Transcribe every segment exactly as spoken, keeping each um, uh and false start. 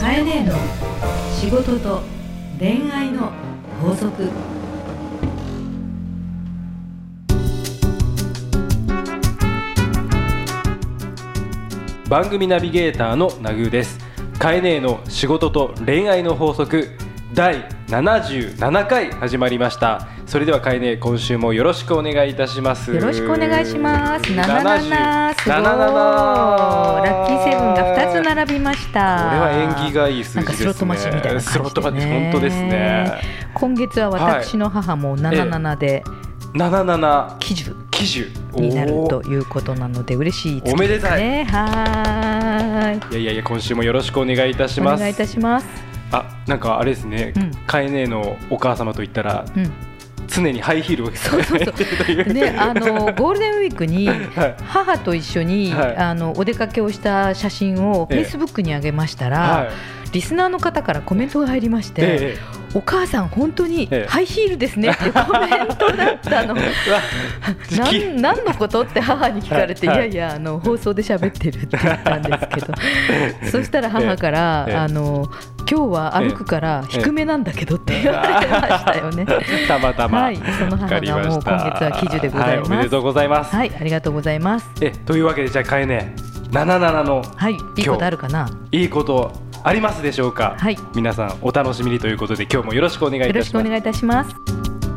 かえねえの仕事と恋愛の法則。 番組ナビゲーターのナグーです。かえねえの仕事と恋愛の法則だいななじゅうななかい始まりました。それではかえねえ、今週もよろしくお願いいたします。 よろしくお願いします。なななな、すごい。 ななななラッキーセブンがふたつ並びました。 これは縁起がいい数字ですね。 なんかスロットマシンみたいな感じでね。 スロットマシン、本当ですね。 今月は私の母もななななで、 なななな喜寿喜寿になるということなので嬉しい月ですね。 おめでたい。 はい。 いやいやいや、今週もよろしくお願いいたします。 お願いいたします。 あ、なんかあれですね、うん、かえねえのお母様といったら、うん、常にハイヒールを履いているというね、 あのゴールデンウィークに母と一緒に、はい、あのお出かけをした写真をフェイスブックに上げましたら、はい、リスナーの方からコメントが入りまして、ええ、お母さん本当にハイヒールですねっていうコメントだったの。なん何のことって母に聞かれて、はいはい、いやいやあの放送で喋ってるって言ったんですけどそしたら母から、ええ、あの今日は歩くから低めなんだけどって言われてましたよね。 たまたま、 はい、その母がもう今月は喜寿でございます。 はい、おめでとうございます。 はい、ありがとうございます。 えというわけで、じゃあかえねななななの、 はい、いいことあるかな。 いいことありますでしょうか。はい、皆さんお楽しみにということで、今日もよろしくお願いいたします。 よろしくお願いいたします。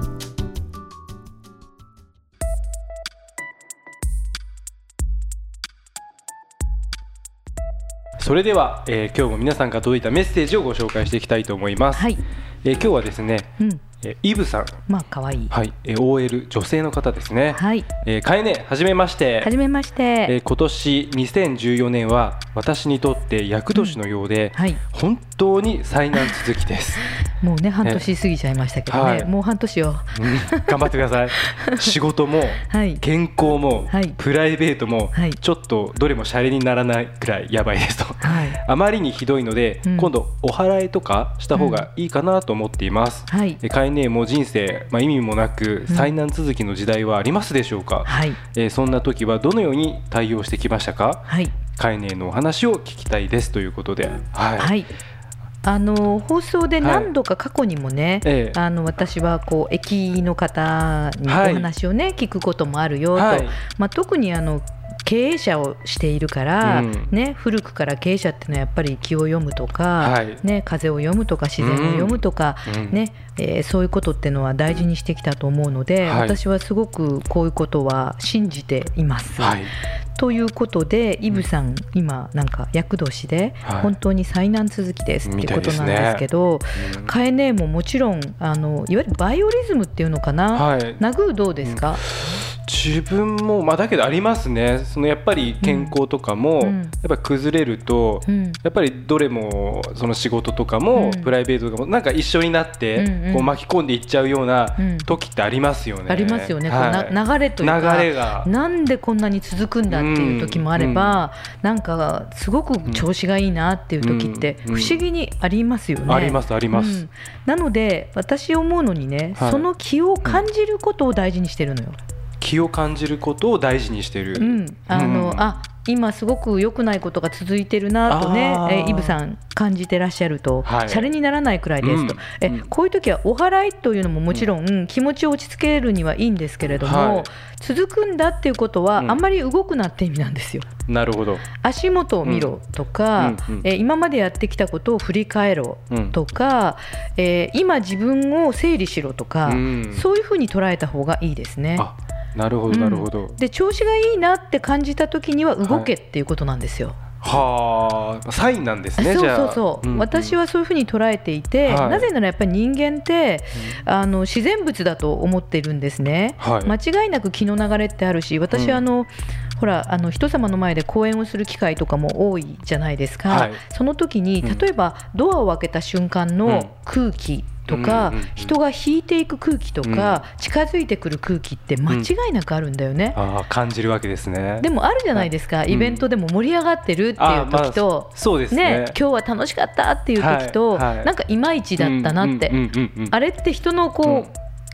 それでは、えー、今日も皆さんから届いたメッセージをご紹介していきたいと思います。はい、えー、今日はですね、うんえー、イブさん、 まあ可愛い、 はい、えー、オーエル 女性の方ですね。はい、えー、かえねはじめまして。 はじめまして。 えー、今年にせんじゅうよねんは私にとって厄年のようで、うん、はい、本当に災難続きです。 もうね、半年過ぎちゃいましたけどね、はい、もう半年よ、 うん、頑張ってください。仕事も、はい、健康も、はい、プライベートも、はい、ちょっとどれもシャレにならないくらいやばいですと、はい、あまりにひどいので、うん、今度お祓いとかした方がいいかなと思っています。はい、かえねも人生、まあ、意味もなく災難続きの時代はありますでしょうか。はい、えー、そんな時はどのように対応してきましたか。はい、かえねのお話を聞きたいですということで、はい、はい、あの放送で何度か過去にもね、はい、ええ、あの私はこう駅の方にお話をね、はい、聞くこともあるよと、はい、まあ、特にあの経営者をしているから、うんね、古くから経営者っていうのはやっぱり気を読むとか、はいね、風を読むとか自然を読むとか、うんねえー、そういうことっていうのは大事にしてきたと思うので、はい、私はすごくこういうことは信じています。はい、ということでイブさん、今なんか厄年で本当に災難続きですっていうことなんですけど、かえねももちろんあのいわゆるバイオリズムっていうのかな、はい、ナグーどうですか。うん、 自分も、まあ、だけどありますね。そのやっぱり健康とかも、うん、やっぱり崩れると、うん、やっぱりどれもその仕事とかも、うん、プライベートとかもなんか一緒になって、うんうん、こう巻き込んでいっちゃうような時ってありますよね。 ありますよね、はい、こうな流れというか、 流れがなんでこんなに続くんだっていう時もあれば、うん、なんかすごく調子がいいなっていう時って不思議にありますよね。 ありますあります、うん、 なので私思うのにね、はい、その気を感じることを大事にしてるのよ。 気を感じることを大事にしてる、 うん、あの、うん、あ今すごく良くないことが続いてるなとね、えイブさん感じてらっしゃると、はい、シャレにならないくらいですと、うん、え、うん、こういう時はお祓いというのももちろん、うん、気持ちを落ち着けるにはいいんですけれども、はい、続くんだっていうことは、うん、あんまり動くなって意味なんですよ。 なるほど。 足元を見ろとか、うんうんうん、え今までやってきたことを振り返ろとか、うん、えー、今自分を整理しろとか、うん、そういうふうに捉えた方がいいですね。 あ、なるほどなるほど、 うん、で調子がいいなって感じた時には動けっていうことなんですよ。 はあ、サインなんですね。 そうそうそう、 じゃあ、うんうん、 私はそういうふうに捉えていて、はい、なぜならやっぱり人間って、うん、あの自然物だと思っているんですね、はい、間違いなく気の流れってあるし、私はあの、うん、ほらあの人様の前で講演をする機会とかも多いじゃないですか、はい、その時に例えばドアを開けた瞬間の空気とか、うんうんうん、人が引いていく空気とか、うん、近づいてくる空気って間違いなくあるんだよね、うん、 あ、感じるわけですね。 でもあるじゃないですか、はい、イベントでも盛り上がってるっていう時と、 まあ、そうですね、 ね、今日は楽しかったっていう時と、はいはい、なんかいまいちだったなって、あれって人のこう、うん、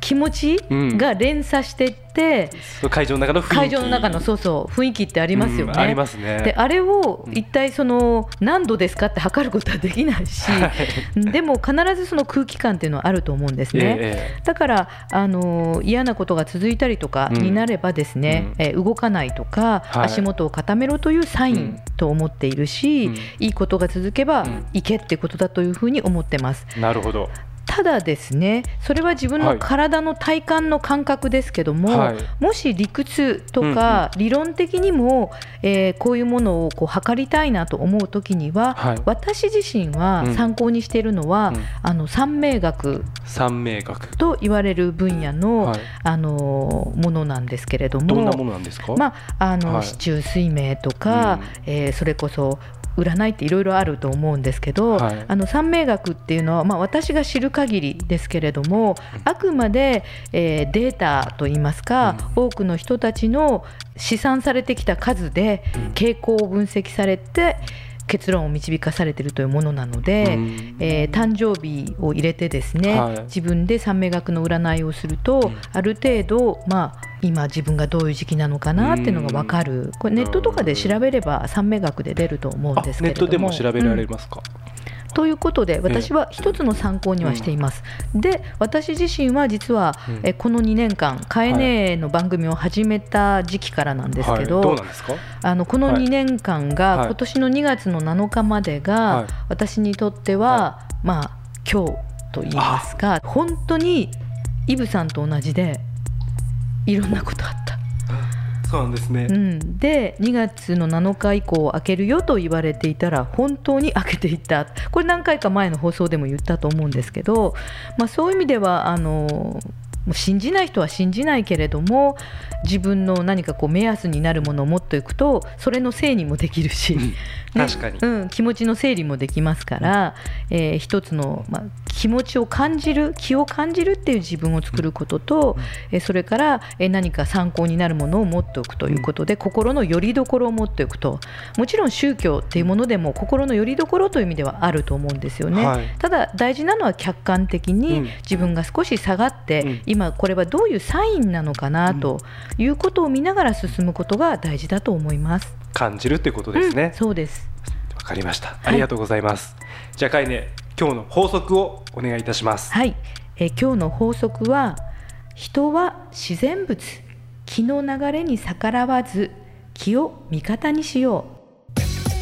気持ちが連鎖していって、 うん、会場の中の雰囲気会場の中のそうそう雰囲気ってありますよね、うん、 ありますね。 であれを一体その何度ですかって測ることはできないし、でも必ずその空気感っていうのはあると思うんですね、えー、だからあの嫌なことが続いたりとかになればですね、うん、えー、動かないとか、はい、足元を固めろというサインと思っているし、うん、いいことが続けば、うん、行けってことだというふうに思ってます。 なるほど。 ただですね、それは自分の体の体感の感覚ですけども、はい、もし理屈とか理論的にも、うんうん、えー、こういうものをこう測りたいなと思うときには、はい、私自身は参考にしているのは、うん、あの三名学と言われる分野の、はい、あのものなんですけれども、 どんなものなんですか？ まあ、あの、はい、四柱推命とか、うん、えー、それこそ占いっていろいろあると思うんですけど、はい、あの三名学っていうのは、まあ、私が知る限りですけれども、あくまで、えー、データといいますか、うん、多くの人たちの試算されてきた数で傾向を分析されて結論を導かされているというものなので、うん、えー、誕生日を入れてですね、はい、自分で三名学の占いをすると、うん、ある程度、まあ、今自分がどういう時期なのかなっていうのが分かる。これネットとかで調べれば三名学で出ると思うんですけれども、 ネットでも調べられますか？ うん、ということで私は一つの参考にはしています、うん、で私自身は実は、うん、えこのにねんかんカエネの番組を始めた時期からなんですけど、 はいはい、どうなんですか？ あのこのにねんかんが、はい、今年のにがつのなのかまでが、はい、私にとっては、はい、まあ今日と言いますか、本当にイブさんと同じでいろんなことあった。 そうなんですね、 うん、でにがつのなのか以降開けるよと言われていたら本当に開けていた。これ何回か前の放送でも言ったと思うんですけど、まあ、そういう意味ではあのもう信じない人は信じないけれども、自分の何かこう目安になるものを持っていくとそれのせいにもできるし、ね、 確かに、 うん、気持ちの整理もできますから、えー、一つの、まあ、気持ちを感じる気を感じるっていう自分を作ることと、えー、それから、えー、何か参考になるものを持っておくということで、心の拠り所を持っておくと、もちろん宗教っていうものでも心の拠り所という意味ではあると思うんですよね、はい、ただ大事なのは客観的に自分が少し下がって、うん、今これはどういうサインなのかなということを見ながら進むことが大事だと思います。 感じるってことですね、 うん、そうです。 わかりました、ありがとうございます、はい、じゃあカイネ、今日の法則をお願いいたします。 はい、え今日の法則は、人は自然物、気の流れに逆らわず気を味方にしよう。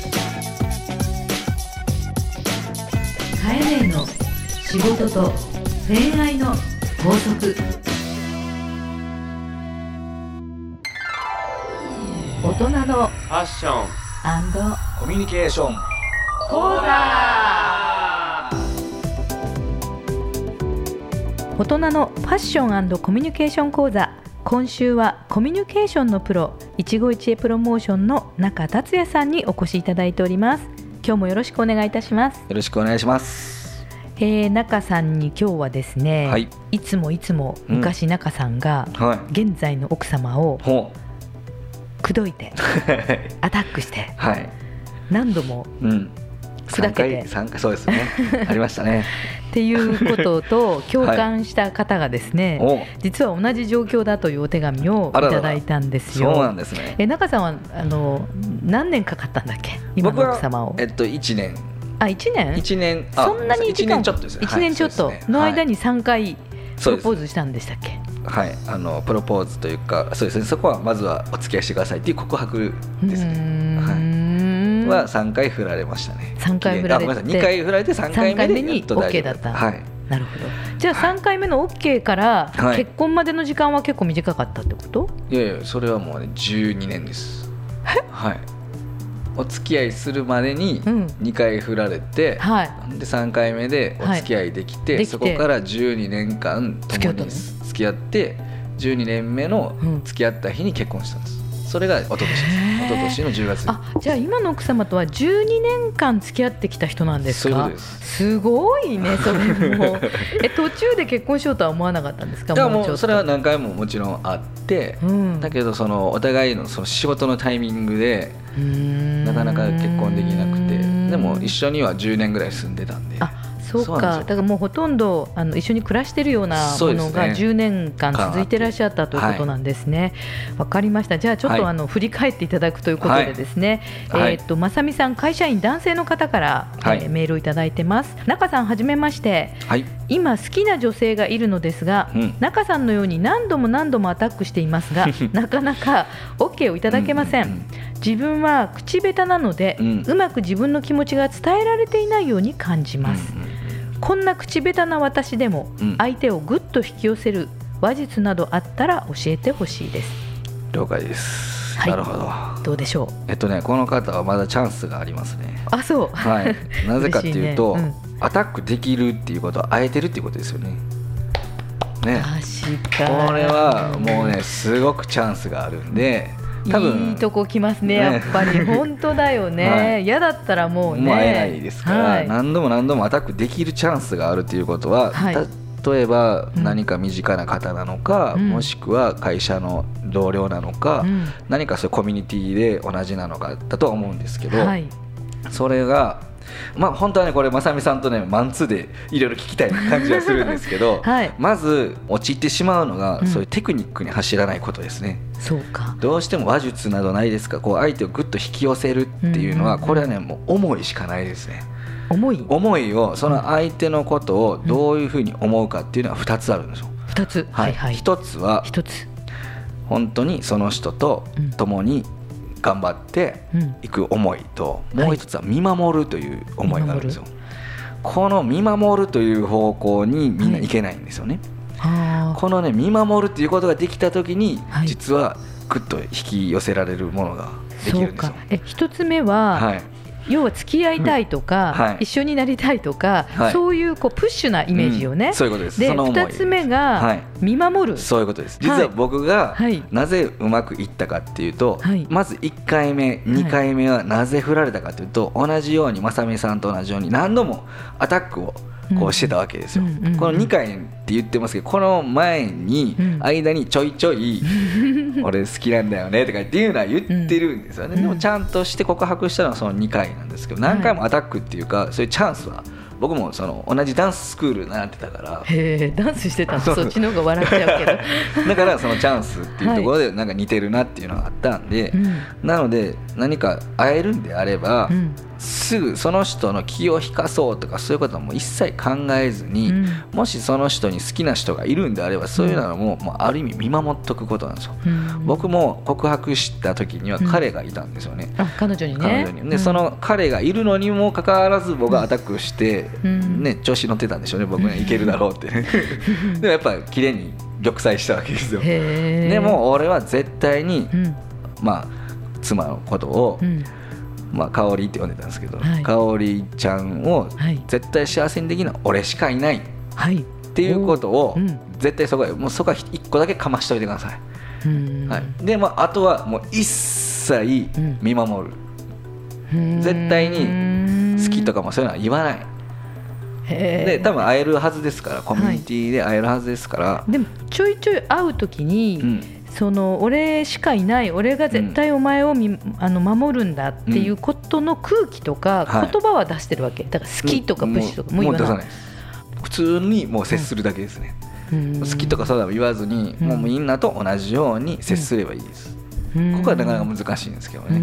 カエネの仕事と恋愛の法則。大人のファッション & コミュニケーション講座。 大人のファッション&コミュニケーション講座。今週はコミュニケーションのプロ、一期一会プロモーションの中達也さんにお越しいただいております。今日もよろしくお願いいたします。 よろしくお願いします。 えー、中さんに今日はですね、はい、いつもいつも昔中さんが現在の奥様を、うん、はい、口説いてアタックして、はい、何度も砕けて、 うん、さんかい、そうですねありましたねっていうことと共感した方がですね、はい、実は同じ状況だというお手紙をいただいたんですよ。 そうなんですね。 え中さんはあの何年かかったんだっけ、今の奥様を。 僕は、えっと、いちねん。 あ、いちねん、 いちねん、 そんなに時間いちねんちょっとですね。 いちねんちょっとの間にさんかいプロポーズしたんでしたっけ。 はい、あのプロポーズというか、そうですね、そこはまずはお付き合いしてくださいっていう告白ですね。はい、はさんかい振られましたね。 さんかい振られて、 にかい振られてさんかいめでに OK だった。 はい、なるほど。じゃあさんかいめの OK から結婚までの時間は結構短かったってこと？ いやいや、それはもうねじゅうにねんです。はい。お付き合いするまでににかい振られて、うん、はい、でさんかいめでお付き合いできて、はい、そこからじゅうにねんかん共に付き合って、じゅうにねんめの付き合った日に結婚したんです。それが一昨年です。一昨年のじゅうがつ。 あ、じゃあ今の奥様とはじゅうにねんかん付き合ってきた人なんですか？ そうです。 すごいね、それもえ途中で結婚しようとは思わなかったんですか？ いや、もうそれは何回ももちろんあって、うん、だけどそのお互いのその仕事のタイミングでなかなか結婚できなくて、でも一緒にはじゅうねんぐらい住んでたんで。 あ、 そうか。だからもうほとんどあの一緒に暮らしているようなものがじゅうねんかん続いていらっしゃったということなんですね。わ、はい、かりました。じゃあちょっとあの、はい、振り返っていただくということでですね、はい、えー、っとまさみさん、会社員男性の方から、はい、えー、メールをいただいてます。中さん、はじめまして、はい、今好きな女性がいるのですが、うん、中さんのように何度も何度もアタックしていますがなかなか OK をいただけません。うんうんうん、自分は口下手なので、うん、うまく自分の気持ちが伝えられていないように感じます。うんうん、こんな口下手な私でも相手をぐっと引き寄せる話術などあったら教えてほしいです。 了解です。 はい、 なるほど。 どうでしょう。 えっとねこの方はまだチャンスがありますね。 あ、そう、 はい、なぜかっていうと、 ね、うん、 アタックできるっていうことは会えてるっていうことですよね。ね、 確かにこれはもうねすごくチャンスがあるんで、多分いいとこ来ますね、やっぱり、ね、本当だよね、嫌、はい、だったらもうねもう会えないですから、はい、何度も何度もアタックできるチャンスがあるということは、はい、例えば何か身近な方なのか、うん、もしくは会社の同僚なのか、うん、何かそういうコミュニティで同じなのかだとは思うんですけど、はい、それがまあ、本当はねこれまさみさんとねマンツーでいろいろ聞きたい感じはするんですけど、はい、まず陥ってしまうのが、うん、そういうテクニックに走らないことですね。 そうか。 どうしても話術などないですか、こう相手をぐっと引き寄せるっていうのは、うんうんうん、これはねもう思いしかないですね。 思い思いをその相手のことをどういうふうに思うかっていうのはふたつあるんですよ。 ふたつ、はいはい、 ひとつはひとつ本当にその人と共に頑張っていく思いと、うん、もう一つは見守るという思いがあるんですよ。この見守るという方向にみんないけないんですよね。はい、このね見守るということができたときに、はい、実はぐっと引き寄せられるものができるんですよ。 そうか。え一つ目は、はい、要は付き合いたいとか、うんはい、一緒になりたいとか、はい、そういうこうプッシュなイメージよね。うん、 そういうことです。 でその思いふたつめが見守る、はい、 そういうことです。実は僕がなぜうまくいったかっていうと、はい、まずいっかいめにかいめはなぜ振られたかというと、同じようにまさみさんと同じように何度もアタックをこうしてたわけですよ。うんうんうんうん、このにかいって言ってますけど、この前に間にちょいちょい俺好きなんだよねとかっていうのは言ってるんですよね。うん、でもちゃんとして告白したのはそのにかいなんですけど、何回もアタックっていうかそういうチャンスは僕もその同じダンススクール習ってたから。 へー、ダンスしてたの。そっちの方が笑っちゃうけどだからそのチャンスっていうところでなんか似てるなっていうのがあったんで、はい、なので何か会えるんであれば、うん、すぐその人の気を引かそうとかそういうことはもう一切考えずに、うん、もしその人に好きな人がいるんであればそういうのも、うん、もうある意味見守っとくことなんですよ。うん、僕も告白した時には彼がいたんですよね。 うん、あ、彼女にね。 彼女にで、うん、その彼がいるのにもかかわらず僕がアタックして、うんね、調子乗ってたんでしょうね、僕ね。いけるだろうってねでもやっぱ綺麗に玉砕したわけですよ。でも俺は絶対に、うん、まあ妻のことを、うんまあ、香織って呼んでたんですけど、はい、香織ちゃんを絶対幸せにできるのは俺しかいないっていうことを絶対そこはもうそこはいっこだけかましといてください。うん、はい、で、まあ、あとはもう一切見守る、うん、絶対に好きとかもそういうのは言わない。で多分会えるはずですから、コミュニティで会えるはずですから、はい、でもちょいちょい会うときに、うん、その俺しかいない、俺が絶対お前をみ、うん、あの守るんだっていうことの空気とか言葉は出してるわけ、だから好きとかプッシュとかもう言わない、もう出さない。 普通にもう接するだけですね。うん、好きとかそうだも言わずに、うん、もうみんなと同じように接すればいいです。うん、ここはなかなか難しいんですけどね。うん、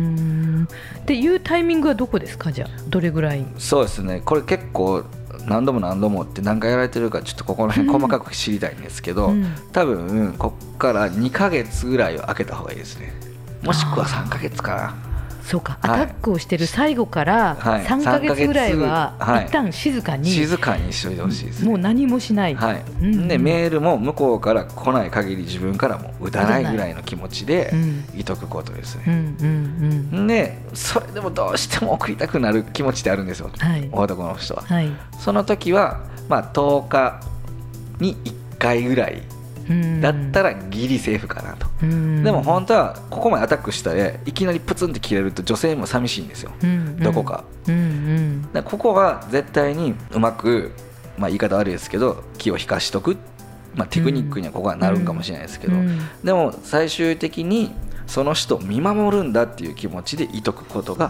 でいうタイミングはどこですか？じゃあどれぐらい？ そうですね、これ結構何度も何度もって何回やられてるかちょっとここら辺細かく知りたいんですけど、うん、多分こっからにかげつぐらいは空けた方がいいですね。もしくはさんかげつかな。 そうか、アタックをしてる最後からさんかげつぐらいは一旦静かに、はい、 静かにしておいてほしいです、ね、 もう何もしない、 はい、うん、でメールも向こうから来ない限り自分からも打たないぐらいの気持ちでいとくことですね、うんうんうん、でそれでもどうしても送りたくなる気持ちってあるんですよ、はい、男の人は、はい、その時は、まあ、とおかにいっかいぐらいだったらギリセーフかなと。でも本当はここまでアタックしたらいきなりプツンって切れると女性も寂しいんですよ、うんうん、どこか、うんうん、でここは絶対にうまく、まあ、言い方悪いですけど気を引かしとく、まあ、テクニックにはここはなるんかもしれないですけど、うんうん、でも最終的にその人を見守るんだっていう気持ちでいとくことが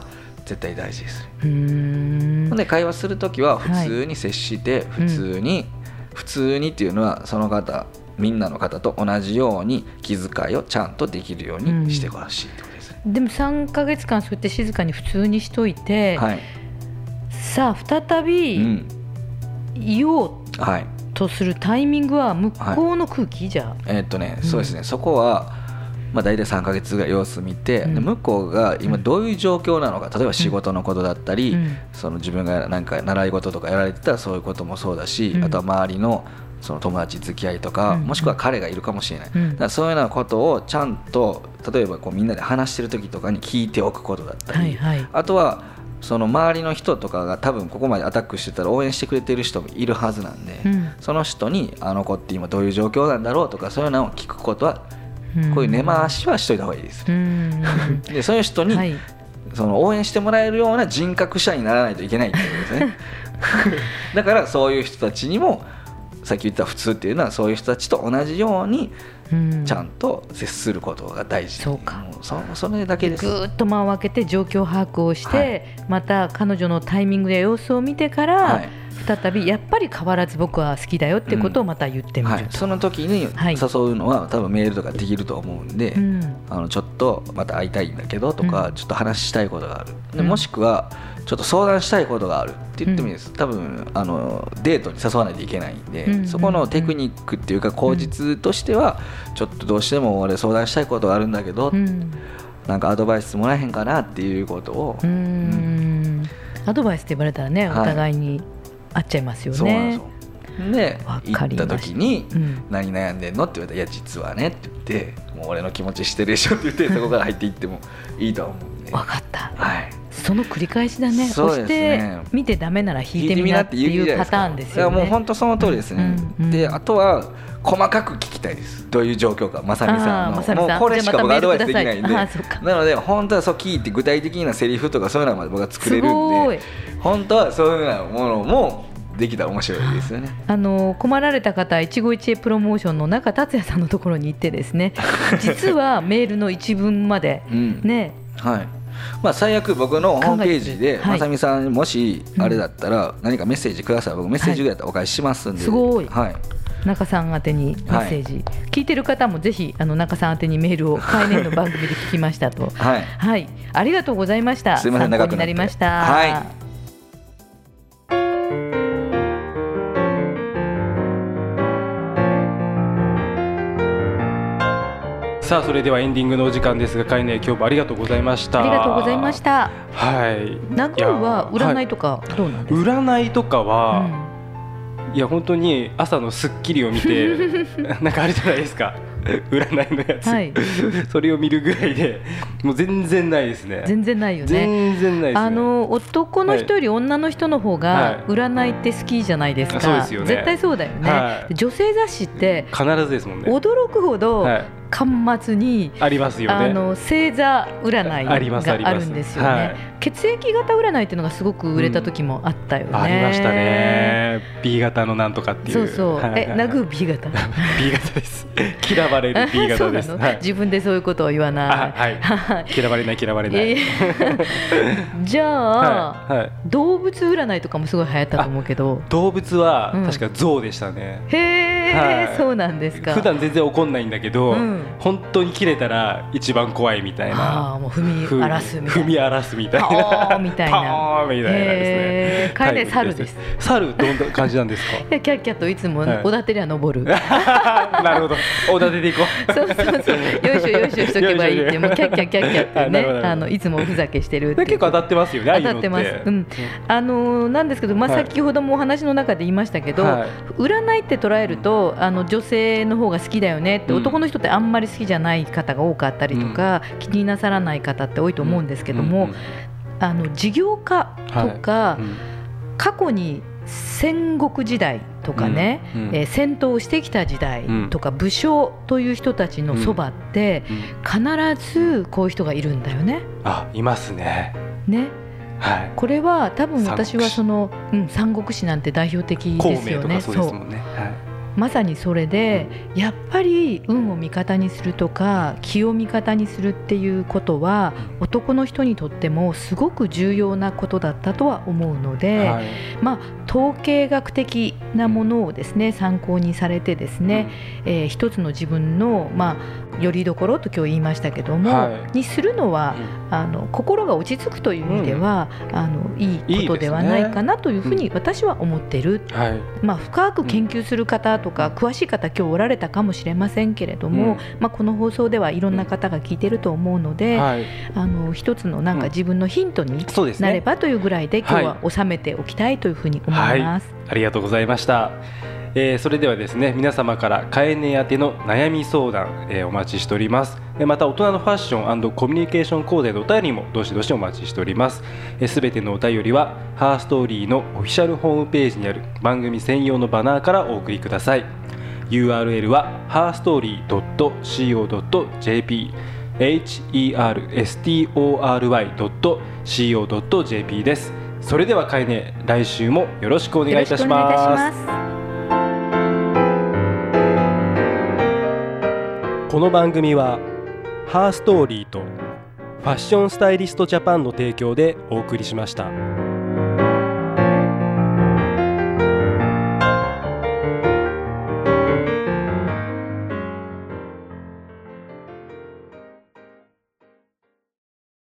絶対大事ですね。うーんで会話するときは普通に接して、はい、普通に、うん、普通にっていうのはその方みんなの方と同じように気遣いをちゃんとできるようにしてほしいってことですね、 うん、でもさんかげつかんそうやって静かに普通にしといて、はい、さあ再び言おうとするタイミングは向こうの空気、はい、じゃあえーっとね、うん、そうですね、そこはまあ、大体さんかげつぐらい様子見て、うん、向こうが今どういう状況なのか、例えば仕事のことだったり、うん、その自分がなんか習い事とかやられてたらそういうこともそうだし、うん、あとは周りのその友達付き合いとか、うん、もしくは彼がいるかもしれない、うん、だからそういうようなことをちゃんと例えばこうみんなで話してる時とかに聞いておくことだったり、はいはい、あとはその周りの人とかが多分ここまでアタックしてたら応援してくれてる人もいるはずなんで、うん、その人にあの子って今どういう状況なんだろうとかそういうのを聞くことはこういう根回しはしといた方がいいです、うん、でそういう人に、はい、その応援してもらえるような人格者にならないといけないってことですねだからそういう人たちにもさっき言った普通っていうのはそういう人たちと同じようにちゃんと接することが大事、うん、そうか、もう そ, それだけです。 ぐーっと間を空けて状況把握をして、はい、また彼女のタイミングで様子を見てから、はい、再びやっぱり変わらず僕は好きだよってことをまた言ってみる、うんはい、 その時に誘うのは、はい、多分メールとかできると思うんで、うん、あのちょっとまた会いたいんだけどとか、うん、ちょっと話したいことがあるで、もしくはちょっと相談したいことがあるって言ってもいいです、うん、多分あのデートに誘わないといけないんで、うん、そこのテクニックっていうか口実としてはちょっとどうしても俺相談したいことがあるんだけど、うん、なんかアドバイスもらえへんかなっていうことを、うんうん、 アドバイスって言われたらね、お互いに合っちゃいますよね。そうなんですよ。 で行った時に、うん、何悩んでんのって言われたら、いや実はねって言って、もう俺の気持ちしてるでしょって言ってそこから入っていってもいいと思うんで。 分かった、 はい、 その繰り返しだね。そして見てダメなら引いてみなっていうパターンですよね。 もう本当その通りですね、うんうん、であとは細かく聞きたいです。どういう状況か、まさみさんのさんもうこれしか僕アドバイスできないんで、なので本当はそう聞いて具体的なセリフとかそういうのまで僕は作れるんで、本当はそういうようなものもできたら面白いですよね。 あの困られた方は一期一会プロモーションの中達也さんのところに行ってですね実はメールの一文まで、うんね、 はい、まあ、最悪僕のホームページでまさみさんもしあれだったら何かメッセージください、僕メッセージぐらいだったらお返ししますんで、 すごい、 はい、 中さん宛てにメッセージ、はい、聞いてる方もぜひあの中さん宛てにメールを概念の番組で聞きましたとはい、はい、ありがとうございました。 すいません、長くなって参考になりました。 はい、 さあそれではエンディングのお時間ですが、かいね、今日もありがとうございました。 ありがとうございました。 はい。 ナグーは占いとかどうなんですか？ 占いとかは、うん、いや本当に朝のスッキリを見てなんかあるじゃないですか占いのやつ、はい、それを見るぐらいでもう全然ないですね。 全然ないよね。 全然ないですね。 あの男の人より女の人の方が占いって好きじゃないですか、はい、 そうですよね。 絶対そうだよね、はい、女性雑誌って必ずですもんね。 驚くほど、はい、巻末にありますよね。 あの星座占いがあるんですよね、はい、血液型占いっていうのがすごく売れた時もあったよね、うん、 ありましたね。 B 型のなんとかっていう。 そうそう、はいはいはい、えナグー B 型 B 型です嫌われる B 型です。 はい、自分でそういうことを言わない。 はい、嫌われない嫌われない、えー、じゃあ、はいはい、動物占いとかもすごい流行ったと思うけど、 動物は確か象でしたね、 うん、へー、はい、そうなんですか。 普段全然怒んないんだけど、うん、本当に切れたら一番怖いみたいな。 あ、もう踏み荒らすみたいな。 踏み荒らすみたいな。 みたいな。 みたいなですね。 かいね、猿です。 猿どんな感じなんですか？ キャッキャといつもおだてりゃ登る。 なるほど。おだてていこう。 そうそうそう。よいしょよいしょしとけばいいって、もうキャッキャキャッキャってね、あのいつもふざけしてるって。 結構当たってますよね。 当たってます。うん。あのなんですけど、まあ先ほどもお話の中で言いましたけど、占いって捉えるとあの女性の方が好きだよねって、男の人ってあんまり好きじゃない方が多かったりとか、気になさらない方って多いと思うんですけども、あの事業家とか過去に戦国時代とかね、うんうん、えー、戦闘をしてきた時代とか、うん、武将という人たちのそばって、うんうん、必ずこういう人がいるんだよね。 あ、いますね。 ね、 はい、 これは多分私はその三国、うん、三国志なんて代表的ですよね。 孔明とかそうですもんね。はい、 まさにそれで、やっぱり運を味方にするとか気を味方にするっていうことは男の人にとってもすごく重要なことだったとは思うので、はい、まあ、統計学的なものをですね参考にされてですね、うん、えー、一つの自分の、まあ、よりどころと今日言いましたけども、はい、にするのは、うん、あの心が落ち着くという意味では、うん、あのいいことではないかなというふうに私は思っている、うん、はい、まあ、深く研究する方とか、うん、詳しい方今日おられたかもしれませんけれども、うん、まあ、この放送ではいろんな方が聞いてると思うので、うん、はい、あの一つのなんか自分のヒントになればというぐらいで、今日は収めておきたいというふうに思います、はいはい、 ありがとうございました。えー、それではですね、皆様からかえね宛ての悩み相談、えー、お待ちしております。また大人のファッション&コミュニケーション講座のお便りもどしどしお待ちしております。すべてのお便りはハーストーリーのオフィシャルホームページにある番組専用のバナーからお送りください。 ユーアールエル は ハーストーリー ドット シーオー ドット ジェーピー エイチ イー アール エス ティー オー アール ワイ ドット シーオー ドット ジェーピー です。それではかえね、来週もよろしくお願いいたします。この番組はハーストーリーとファッションスタイリストジャパンの提供でお送りしました。